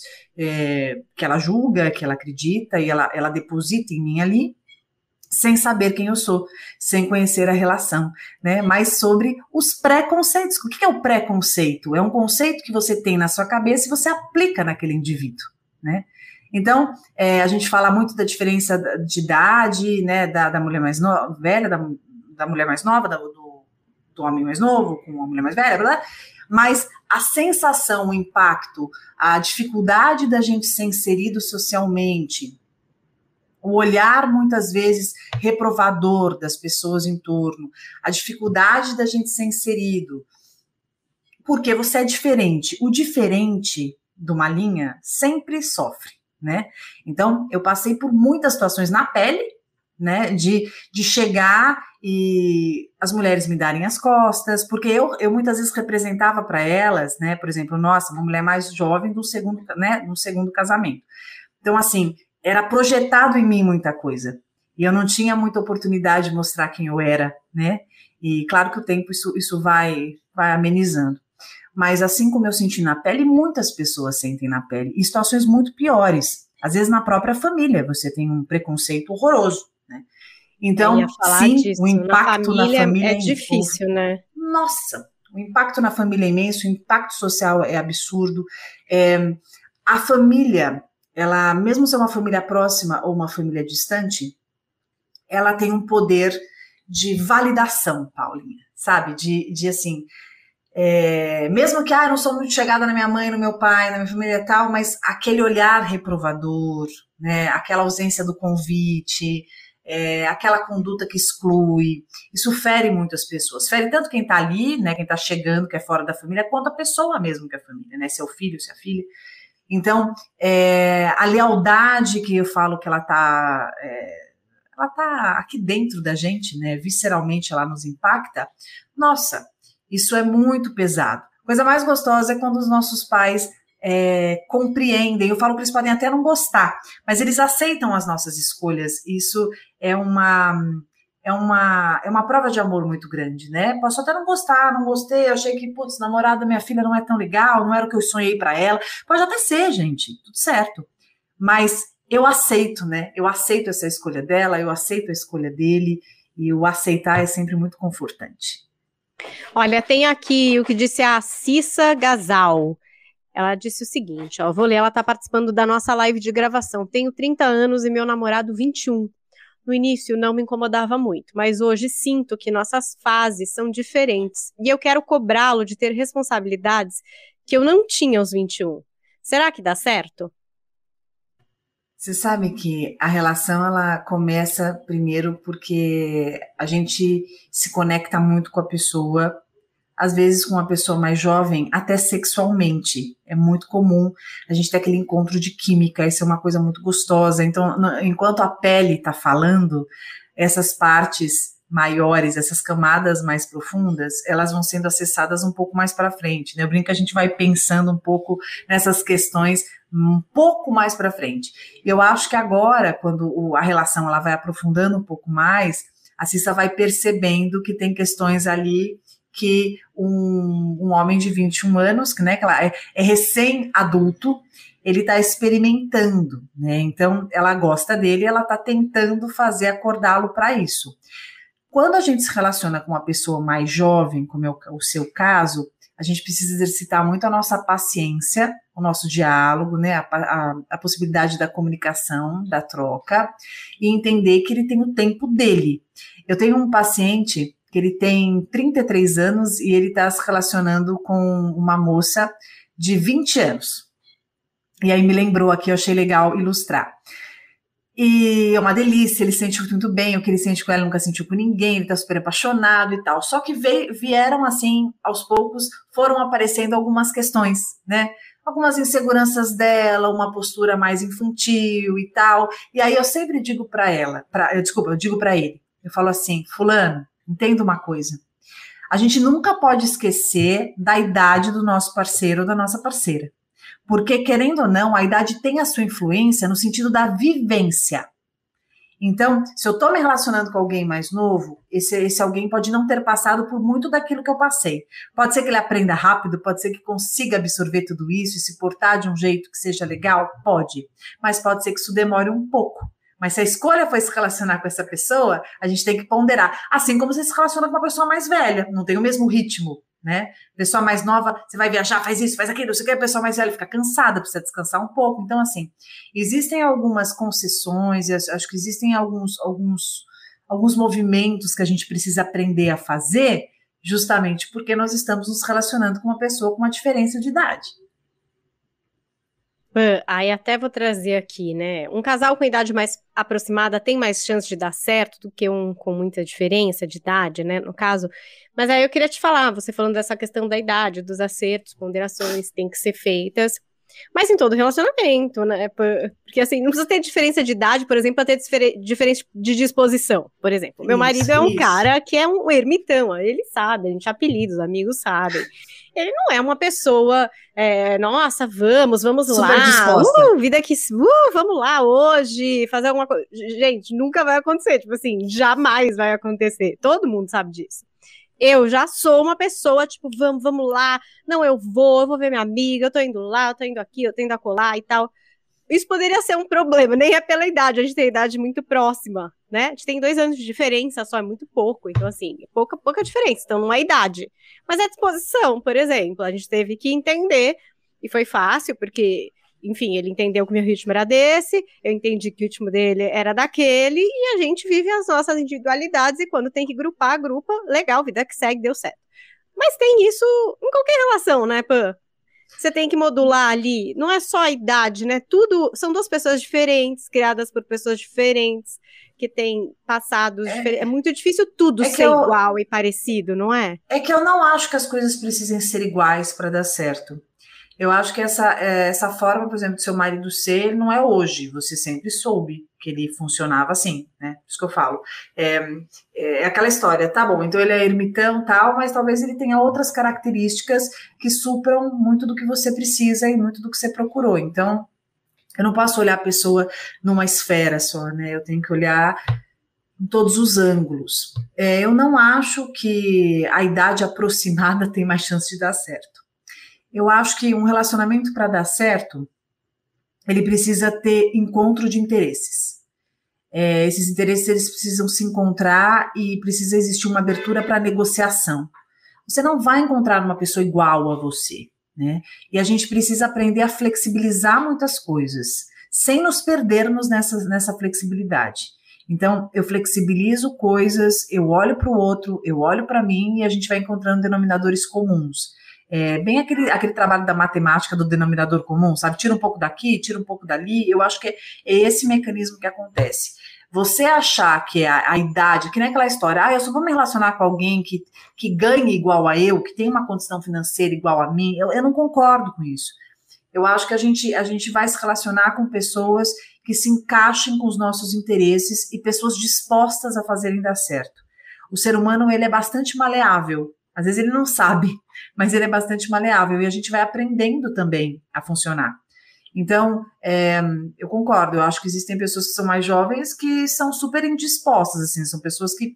Speaker 3: que ela julga, que ela acredita, e ela deposita em mim ali, sem saber quem eu sou, sem conhecer a relação, né? Mas sobre os preconceitos. O que é o preconceito? É um conceito que você tem na sua cabeça e você aplica naquele indivíduo, né? Então, a gente fala muito da diferença de idade, né? Da mulher mais velha, da mulher mais nova, do homem mais novo com a mulher mais velha, blá, blá. Mas a sensação, o impacto, a dificuldade da gente ser inserido socialmente, o olhar muitas vezes reprovador das pessoas em torno, a dificuldade da gente ser inserido, porque você é diferente. O diferente de uma linha sempre sofre, né? Então, eu passei por muitas situações na pele, né, de chegar e as mulheres me darem as costas, porque eu muitas vezes representava para elas, né, por exemplo, nossa, uma mulher mais jovem do segundo, né, no segundo casamento. Então, assim, era projetado em mim muita coisa. E eu não tinha muita oportunidade de mostrar quem eu era, né? E claro que o tempo isso vai amenizando. Mas assim como eu senti na pele, muitas pessoas sentem na pele. E situações muito piores. Às vezes na própria família você tem um preconceito horroroso, né?
Speaker 2: Eu ia
Speaker 3: Então,
Speaker 2: falar
Speaker 3: sim,
Speaker 2: disso.
Speaker 3: o
Speaker 2: Na
Speaker 3: impacto na
Speaker 2: família
Speaker 3: família
Speaker 2: é
Speaker 3: é imenso.
Speaker 2: difícil, né?
Speaker 3: Nossa, o impacto na família é imenso, o impacto social é absurdo. A família, ela, mesmo ser uma família próxima ou uma família distante, ela tem um poder de validação, Paulinha, sabe? De assim, mesmo que eu não sou muito chegada na minha mãe, no meu pai, na minha família e tal, mas aquele olhar reprovador, né? Aquela ausência do convite, aquela conduta que exclui, isso fere muitas pessoas. Fere tanto quem tá ali, né? Quem tá chegando, que é fora da família, quanto a pessoa mesmo que é a família, né? Seu filho, sua filha. Então, a lealdade que eu falo que ela tá aqui dentro da gente, né? Visceralmente ela nos impacta. Nossa, isso é muito pesado. A coisa mais gostosa é quando os nossos pais compreendem. Eu falo que eles podem até não gostar, mas eles aceitam as nossas escolhas. Isso é uma prova de amor muito grande, né? Posso até não gostar, não gostei, eu achei que, putz, namorado da minha filha não é tão legal, não era o que eu sonhei para ela. Pode até ser, gente, tudo certo. Mas eu aceito, né? Eu aceito essa escolha dela, eu aceito a escolha dele e o aceitar é sempre muito confortante.
Speaker 2: Olha, tem aqui o que disse a Cissa Gasal. Ela disse o seguinte, ó, vou ler, ela está participando da nossa live de gravação. Tenho 30 anos e meu namorado 21. No início não me incomodava muito, mas hoje sinto que nossas fases são diferentes e eu quero cobrá-lo de ter responsabilidades que eu não tinha aos 21. Será que dá certo?
Speaker 3: Você sabe que a relação ela começa primeiro porque a gente se conecta muito com a pessoa, às vezes com uma pessoa mais jovem, até sexualmente. É muito comum a gente ter aquele encontro de química, isso é uma coisa muito gostosa. Então, enquanto a pele está falando, essas partes maiores, essas camadas mais profundas, elas vão sendo acessadas um pouco mais para frente, né? Eu brinco que a gente vai pensando um pouco nessas questões um pouco mais para frente. Eu acho que agora, quando a relação ela vai aprofundando um pouco mais, a Cissa vai percebendo que tem questões ali que um homem de 21 anos, né, que ela é recém-adulto, ele está experimentando, né? Então ela gosta dele, ela está tentando fazer acordá-lo para isso. Quando a gente se relaciona com uma pessoa mais jovem, como é o seu caso, a gente precisa exercitar muito a nossa paciência, o nosso diálogo, né, a possibilidade da comunicação, da troca, e entender que ele tem o tempo dele. Eu tenho um paciente que ele tem 33 anos e ele está se relacionando com uma moça de 20 anos. E aí me lembrou aqui, eu achei legal ilustrar. E é uma delícia, ele sente muito bem, o que ele sente com ela nunca sentiu com ninguém, ele tá super apaixonado e tal. Só que vieram assim, aos poucos, foram aparecendo algumas questões, né? Algumas inseguranças dela, uma postura mais infantil e tal. E aí eu sempre digo para ela, eu digo para ele, eu falo assim, fulano, entenda uma coisa, a gente nunca pode esquecer da idade do nosso parceiro ou da nossa parceira. Porque, querendo ou não, a idade tem a sua influência no sentido da vivência. Então, se eu estou me relacionando com alguém mais novo, esse alguém pode não ter passado por muito daquilo que eu passei. Pode ser que ele aprenda rápido, pode ser que consiga absorver tudo isso e se portar de um jeito que seja legal, pode. Mas pode ser que isso demore um pouco. Mas se a escolha foi se relacionar com essa pessoa, a gente tem que ponderar. Assim como você se relaciona com uma pessoa mais velha, não tem o mesmo ritmo, né? Pessoa mais nova, você vai viajar, faz isso, faz aquilo, você quer a pessoa mais velha fica cansada, precisa descansar um pouco. Então, assim, existem algumas concessões, acho que existem alguns movimentos que a gente precisa aprender a fazer, justamente porque nós estamos nos relacionando com uma pessoa com uma diferença de idade.
Speaker 2: Aí até vou trazer aqui, né? Um casal com idade mais aproximada tem mais chance de dar certo do que um com muita diferença de idade, né? No caso. Mas aí eu queria te falar, você falando dessa questão da idade, dos acertos, ponderações têm que ser feitas. Mas em todo relacionamento, né? Porque assim, não precisa ter diferença de idade, por exemplo, para ter diferença de disposição. Por exemplo, meu marido é um cara que é um ermitão, ele sabe, a gente apelida, os amigos sabem. Ele não é uma pessoa, nossa, vamos super lá, disposta. Vida que, vamos lá hoje, fazer alguma coisa. Gente, nunca vai acontecer, tipo assim, jamais vai acontecer. Todo mundo sabe disso. Eu já sou uma pessoa, tipo, vamos lá, não, eu vou ver minha amiga, eu tô indo lá, eu tô indo aqui, eu tô indo acolá e tal. Isso poderia ser um problema, nem é pela idade, a gente tem idade muito próxima, né? A gente tem 2 anos de diferença, só é muito pouco, então assim, pouca diferença, então não é idade. Mas é disposição, por exemplo, a gente teve que entender, e foi fácil, porque, enfim, ele entendeu que o meu ritmo era desse, eu entendi que o ritmo dele era daquele, e a gente vive as nossas individualidades, e quando tem que grupar, grupa, legal, vida que segue, deu certo. Mas tem isso em qualquer relação, né, Pan? Você tem que modular ali, não é só a idade, né? Tudo, são 2 pessoas diferentes, criadas por pessoas diferentes, que têm passados diferentes. É muito difícil tudo ser igual e parecido, não é?
Speaker 3: É que eu não acho que as coisas precisem ser iguais para dar certo. Eu acho que essa forma, por exemplo, do seu marido ser, não é hoje. Você sempre soube que ele funcionava assim, né? Isso que eu falo. É aquela história, tá bom, então ele é ermitão e tal, mas talvez ele tenha outras características que supram muito do que você precisa e muito do que você procurou. Então, eu não posso olhar a pessoa numa esfera só, né? Eu tenho que olhar em todos os ângulos. Eu não acho que a idade aproximada tem mais chance de dar certo. Eu acho que um relacionamento, para dar certo, ele precisa ter encontro de interesses. esses interesses eles precisam se encontrar e precisa existir uma abertura para negociação. Você não vai encontrar uma pessoa igual a você, né? E a gente precisa aprender a flexibilizar muitas coisas, sem nos perdermos nessa flexibilidade. Então, eu flexibilizo coisas, eu olho para o outro, eu olho para mim e a gente vai encontrando denominadores comuns. Bem aquele trabalho da matemática do denominador comum, sabe? Tira um pouco daqui, tira um pouco dali. Eu acho que é esse mecanismo que acontece. Você achar que a idade, que nem aquela história, eu só vou me relacionar com alguém que ganhe igual a eu, que tem uma condição financeira igual a mim, eu não concordo com isso. Eu acho que a gente vai se relacionar com pessoas que se encaixem com os nossos interesses e pessoas dispostas a fazerem dar certo. O ser humano, ele é bastante maleável. Às vezes ele não sabe, mas ele é bastante maleável e a gente vai aprendendo também a funcionar. Então, eu concordo, eu acho que existem pessoas que são mais jovens que são super indispostas, assim, são pessoas que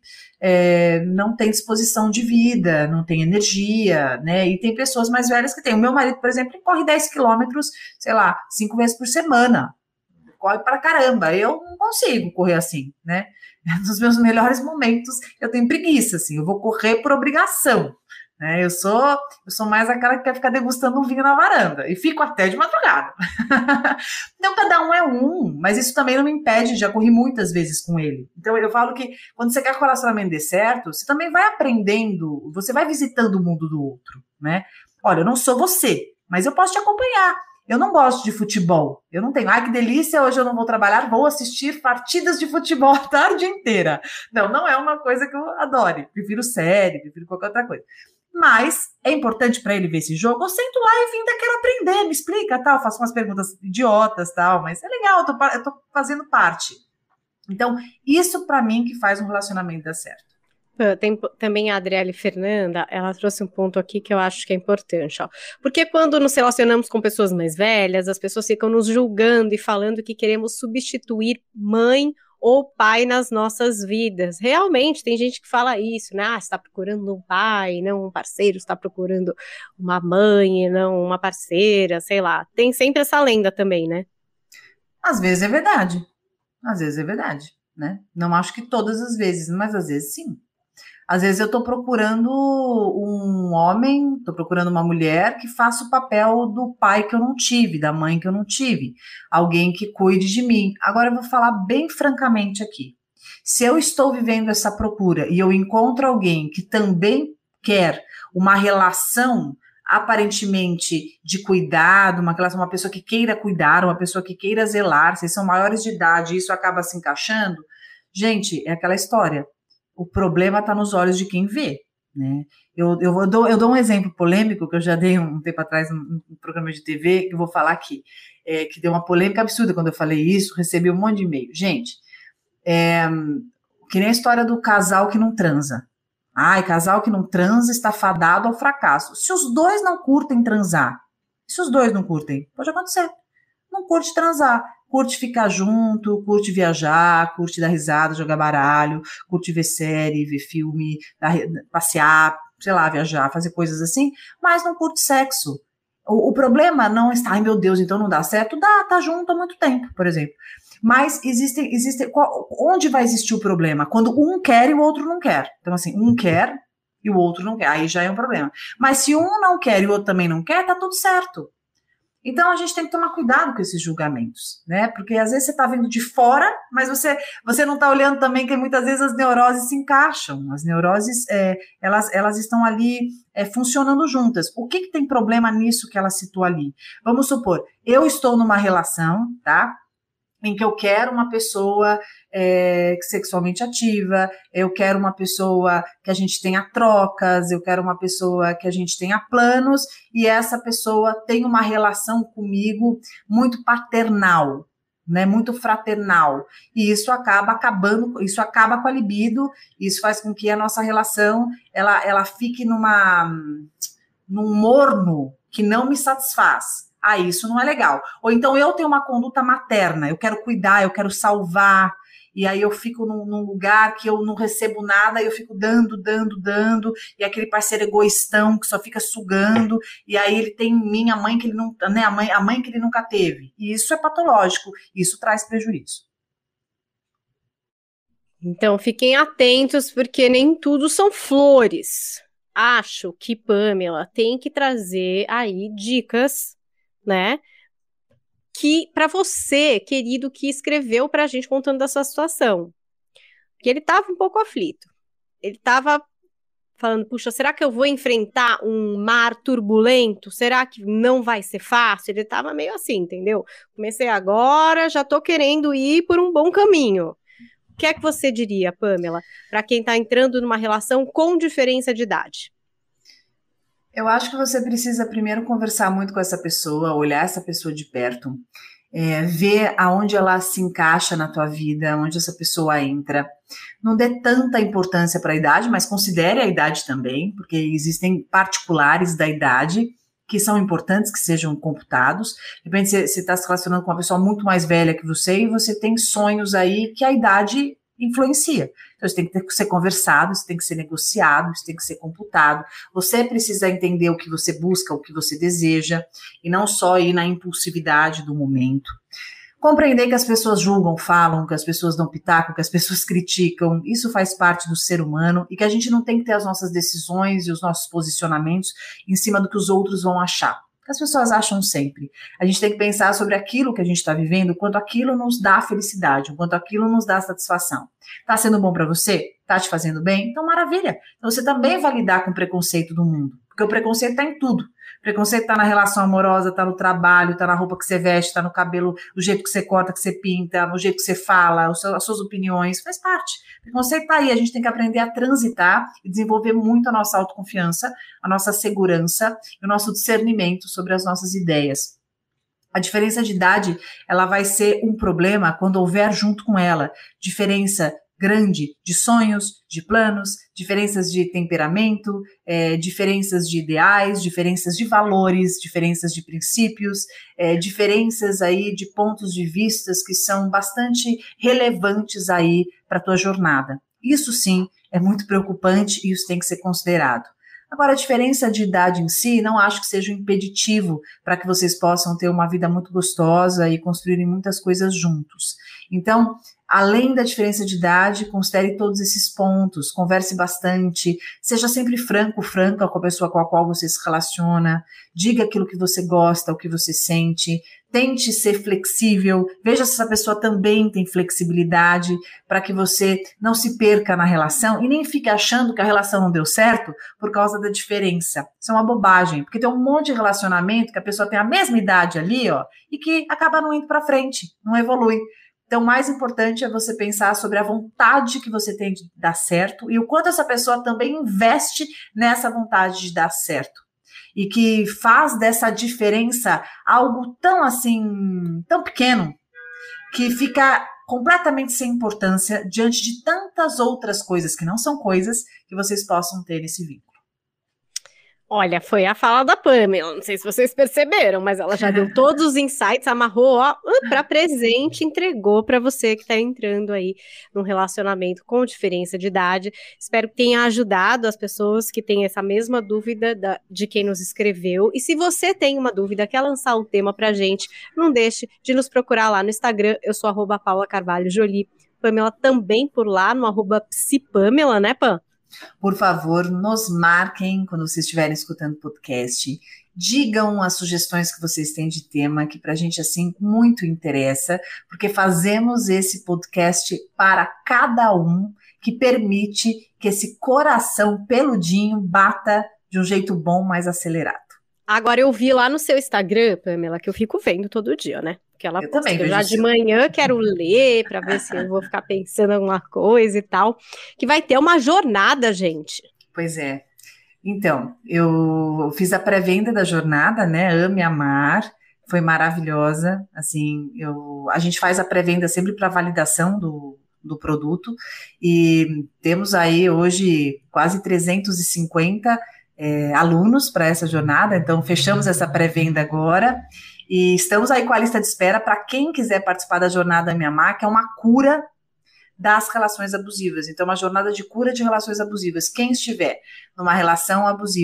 Speaker 3: não têm disposição de vida, não têm energia, né, e tem pessoas mais velhas que têm. O meu marido, por exemplo, corre 10 quilômetros, sei lá, 5 vezes por semana, corre pra caramba, eu não consigo correr assim, né, nos meus melhores momentos eu tenho preguiça, assim, eu vou correr por obrigação. Eu sou mais aquela que quer ficar degustando um vinho na varanda e fico até de madrugada. Então, cada um é um, mas isso também não me impede, já corri muitas vezes com ele. Então, eu falo que quando você quer que o relacionamento dê certo, você também vai aprendendo, você vai visitando o mundo do outro, né? Olha, eu não sou você, mas eu posso te acompanhar. Eu não gosto de futebol, eu não tenho, que delícia, hoje eu não vou trabalhar, vou assistir partidas de futebol a tarde inteira. Não é uma coisa que eu adore, prefiro série, prefiro qualquer outra coisa. Mas é importante para ele ver esse jogo, eu sento lá e ainda quero aprender, me explica, tal, faço umas perguntas idiotas, tal, mas é legal, eu tô fazendo parte. Então, isso para mim que faz um relacionamento dar certo.
Speaker 2: Tem também a Adriele Fernanda, ela trouxe um ponto aqui que eu acho que é importante, ó. Porque quando nos relacionamos com pessoas mais velhas, as pessoas ficam nos julgando e falando que queremos substituir mãe ou pai nas nossas vidas. Realmente, tem gente que fala isso, né? Você está procurando um pai, não um parceiro, você está procurando uma mãe, não uma parceira, sei lá. Tem sempre essa lenda também, né?
Speaker 3: Às vezes é verdade. Às vezes é verdade, né? Não acho que todas as vezes, mas às vezes sim. Às vezes eu estou procurando um homem, estou procurando uma mulher que faça o papel do pai que eu não tive, da mãe que eu não tive, alguém que cuide de mim. Agora eu vou falar bem francamente aqui. Se eu estou vivendo essa procura e eu encontro alguém que também quer uma relação aparentemente de cuidado, uma pessoa que queira cuidar, uma pessoa que queira zelar, vocês são maiores de idade e isso acaba se encaixando, gente, é aquela história. O problema está nos olhos de quem vê, né? Eu dou um exemplo polêmico que eu já dei um tempo atrás num programa de TV, que eu vou falar aqui, que deu uma polêmica absurda quando eu falei isso, recebi um monte de e-mail. Gente, que nem a história do casal que não transa. Casal que não transa está fadado ao fracasso. Se os dois não curtem transar, pode acontecer. Não curte transar. Curte ficar junto, curte viajar, curte dar risada, jogar baralho, curte ver série, ver filme, passear, sei lá, viajar, fazer coisas assim, mas não curte sexo. O problema não está, meu Deus, então não dá certo? Tá junto há muito tempo, por exemplo. Mas onde vai existir o problema? Quando um quer e o outro não quer. Então, assim, um quer e o outro não quer, aí já é um problema. Mas se um não quer e o outro também não quer, tá tudo certo. Então, a gente tem que tomar cuidado com esses julgamentos, né? Porque às vezes você está vendo de fora, mas você não está olhando também que muitas vezes as neuroses se encaixam. As neuroses, elas estão ali funcionando juntas. O que tem problema nisso que ela citou ali? Vamos supor, eu estou numa relação, tá? Em que eu quero uma pessoa sexualmente ativa, eu quero uma pessoa que a gente tenha trocas, eu quero uma pessoa que a gente tenha planos, e essa pessoa tem uma relação comigo muito paternal, né, muito fraternal, e isso acaba com a libido, isso faz com que a nossa relação, ela fique num morno que não me satisfaz. Isso não é legal. Ou então eu tenho uma conduta materna, eu quero cuidar, eu quero salvar, e aí eu fico num lugar que eu não recebo nada, e eu fico dando, e aquele parceiro egoístão que só fica sugando, e aí ele tem em mim a mãe que ele não, né, a mãe que ele nunca teve. E isso é patológico, isso traz prejuízo.
Speaker 2: Então, fiquem atentos, porque nem tudo são flores. Acho que Pamela tem que trazer aí dicas, né? Que para você, querido, que escreveu para a gente contando da sua situação. Porque ele estava um pouco aflito. Ele estava falando, puxa, será que eu vou enfrentar um mar turbulento? Será que não vai ser fácil? Ele estava meio assim, entendeu? Comecei agora, já estou querendo ir por um bom caminho. O que é que você diria, Pamela, para quem está entrando numa relação com diferença de idade?
Speaker 3: Eu acho que você precisa primeiro conversar muito com essa pessoa, olhar essa pessoa de perto, ver aonde ela se encaixa na tua vida, onde essa pessoa entra. Não dê tanta importância para a idade, mas considere a idade também, porque existem particulares da idade que são importantes que sejam computados. De repente você está se relacionando com uma pessoa muito mais velha que você e você tem sonhos aí que a idade influencia. Então, isso tem que ser conversado, isso tem que ser negociado, isso tem que ser computado. Você precisa entender o que você busca, o que você deseja, e não só ir na impulsividade do momento. Compreender que as pessoas julgam, falam, que as pessoas dão pitaco, que as pessoas criticam, isso faz parte do ser humano e que a gente não tem que ter as nossas decisões e os nossos posicionamentos em cima do que os outros vão achar. Que as pessoas acham sempre. A gente tem que pensar sobre aquilo que a gente está vivendo, quanto aquilo nos dá felicidade, quanto aquilo nos dá satisfação. Está sendo bom para você? Está te fazendo bem? Então, maravilha. Então, você também vai lidar com o preconceito do mundo, porque o preconceito está em tudo. O preconceito está na relação amorosa, está no trabalho, está na roupa que você veste, está no cabelo, o jeito que você corta, que você pinta, no jeito que você fala, as suas opiniões, faz parte. O preconceito está aí, a gente tem que aprender a transitar e desenvolver muito a nossa autoconfiança, a nossa segurança e o nosso discernimento sobre as nossas ideias. A diferença de idade, ela vai ser um problema quando houver junto com ela diferença grande de sonhos, de planos, diferenças de temperamento, diferenças de ideais, diferenças de valores, diferenças de princípios, diferenças aí de pontos de vistas que são bastante relevantes aí para a tua jornada. Isso sim é muito preocupante e isso tem que ser considerado. Agora, a diferença de idade em si, não acho que seja um impeditivo para que vocês possam ter uma vida muito gostosa e construírem muitas coisas juntos. Então, além da diferença de idade, considere todos esses pontos, converse bastante, seja sempre franco, franca com a pessoa com a qual você se relaciona, diga aquilo que você gosta, o que você sente, tente ser flexível, veja se essa pessoa também tem flexibilidade para que você não se perca na relação e nem fique achando que a relação não deu certo por causa da diferença. Isso é uma bobagem, porque tem um monte de relacionamento que a pessoa tem a mesma idade ali, ó, e que acaba não indo para frente, não evolui. Então, o mais importante é você pensar sobre a vontade que você tem de dar certo e o quanto essa pessoa também investe nessa vontade de dar certo. E que faz dessa diferença algo tão assim, tão pequeno, que fica completamente sem importância diante de tantas outras coisas que não são coisas que vocês possam ter nesse vínculo.
Speaker 2: Olha, foi a fala da Pamela, não sei se vocês perceberam, mas ela já deu todos os insights, amarrou, ó, para presente, entregou para você que está entrando aí num relacionamento com diferença de idade. Espero que tenha ajudado as pessoas que têm essa mesma dúvida de quem nos escreveu. E se você tem uma dúvida, quer lançar um tema pra gente, não deixe de nos procurar lá no Instagram, eu sou @PaulaCarvalhoJolie, Pamela também por lá, no @psipamela, né, Pam?
Speaker 3: Por favor, nos marquem quando vocês estiverem escutando o podcast. Digam as sugestões que vocês têm de tema, que para a gente, assim, muito interessa, porque fazemos esse podcast para cada um, que permite que esse coração peludinho bata de um jeito bom, mais acelerado.
Speaker 2: Agora, eu vi lá no seu Instagram, Pamela, que eu fico vendo todo dia, né? Que ela posta.
Speaker 3: Também vejo
Speaker 2: já de manhã quero ler para ver se eu vou ficar pensando em alguma coisa e tal. Que vai ter uma jornada, gente.
Speaker 3: Pois é. Então, eu fiz a pré-venda da jornada, né? Ame Amar. Foi maravilhosa. Assim, a gente faz a pré-venda sempre para validação do produto. E temos aí hoje quase 350 alunos para essa jornada. Então, fechamos essa pré-venda agora. E estamos aí com a lista de espera para quem quiser participar da jornada Ame Amar, que é uma cura das relações abusivas. Então, uma jornada de cura de relações abusivas. Quem estiver numa relação abusiva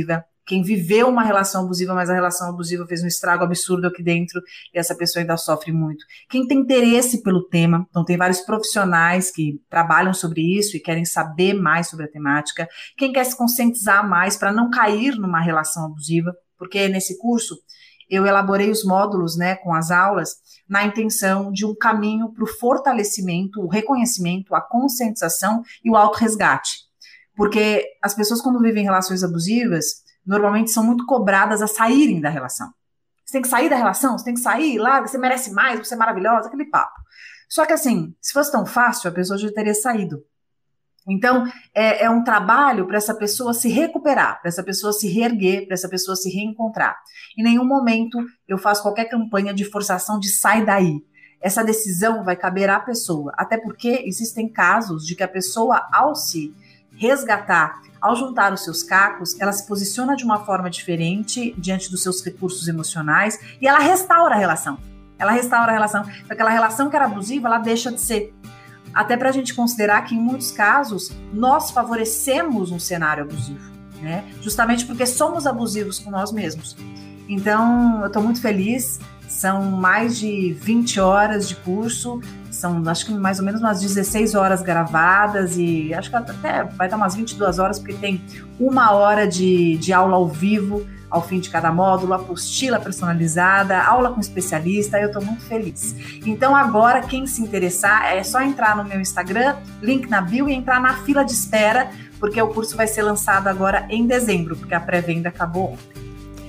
Speaker 3: quem viveu uma relação abusiva, mas a relação abusiva fez um estrago absurdo aqui dentro e essa pessoa ainda sofre muito. Quem tem interesse pelo tema, então tem vários profissionais que trabalham sobre isso e querem saber mais sobre a temática. Quem quer se conscientizar mais para não cair numa relação abusiva, porque nesse curso eu elaborei os módulos, né, com as aulas, na intenção de um caminho para o fortalecimento, o reconhecimento, a conscientização e o autorresgate. Porque as pessoas, quando vivem relações abusivas, normalmente são muito cobradas a saírem da relação. Você tem que sair da relação, você tem que sair, larga, você merece mais, você é maravilhosa, aquele papo. Só que assim, se fosse tão fácil, a pessoa já teria saído. Então, é um trabalho para essa pessoa se recuperar, para essa pessoa se reerguer, para essa pessoa se reencontrar. Em nenhum momento eu faço qualquer campanha de forçação de sai daí. Essa decisão vai caber à pessoa, até porque existem casos de que a pessoa, ao se resgatar, ao juntar os seus cacos, ela se posiciona de uma forma diferente diante dos seus recursos emocionais e ela restaura a relação. Ela restaura a relação. Aquela relação que era abusiva, ela deixa de ser. Até para a gente considerar que, em muitos casos, nós favorecemos um cenário abusivo, né? Justamente porque somos abusivos com nós mesmos. Então, eu estou muito feliz. São mais de 20 horas de curso, são acho que mais ou menos umas 16 horas gravadas e acho que até vai dar umas 22 horas, porque tem 1 hora de aula ao vivo ao fim de cada módulo, apostila personalizada, aula com especialista, eu estou muito feliz. Então agora, quem se interessar, é só entrar no meu Instagram, link na bio e entrar na fila de espera, porque o curso vai ser lançado agora em dezembro, porque a pré-venda acabou ontem.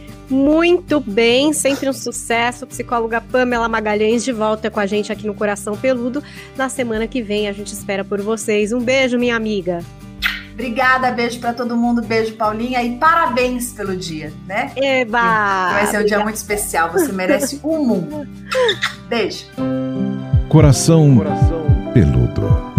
Speaker 2: Muito bem, sempre um sucesso. Psicóloga Pamela Magalhães de volta com a gente aqui no Coração Peludo. Na semana que vem a gente espera por vocês. Um beijo, minha amiga.
Speaker 3: Obrigada, beijo para todo mundo, beijo Paulinha e parabéns pelo dia, né?
Speaker 2: Eba!
Speaker 3: Vai ser um dia muito especial, você merece o mundo. Beijo.
Speaker 1: Coração Peludo.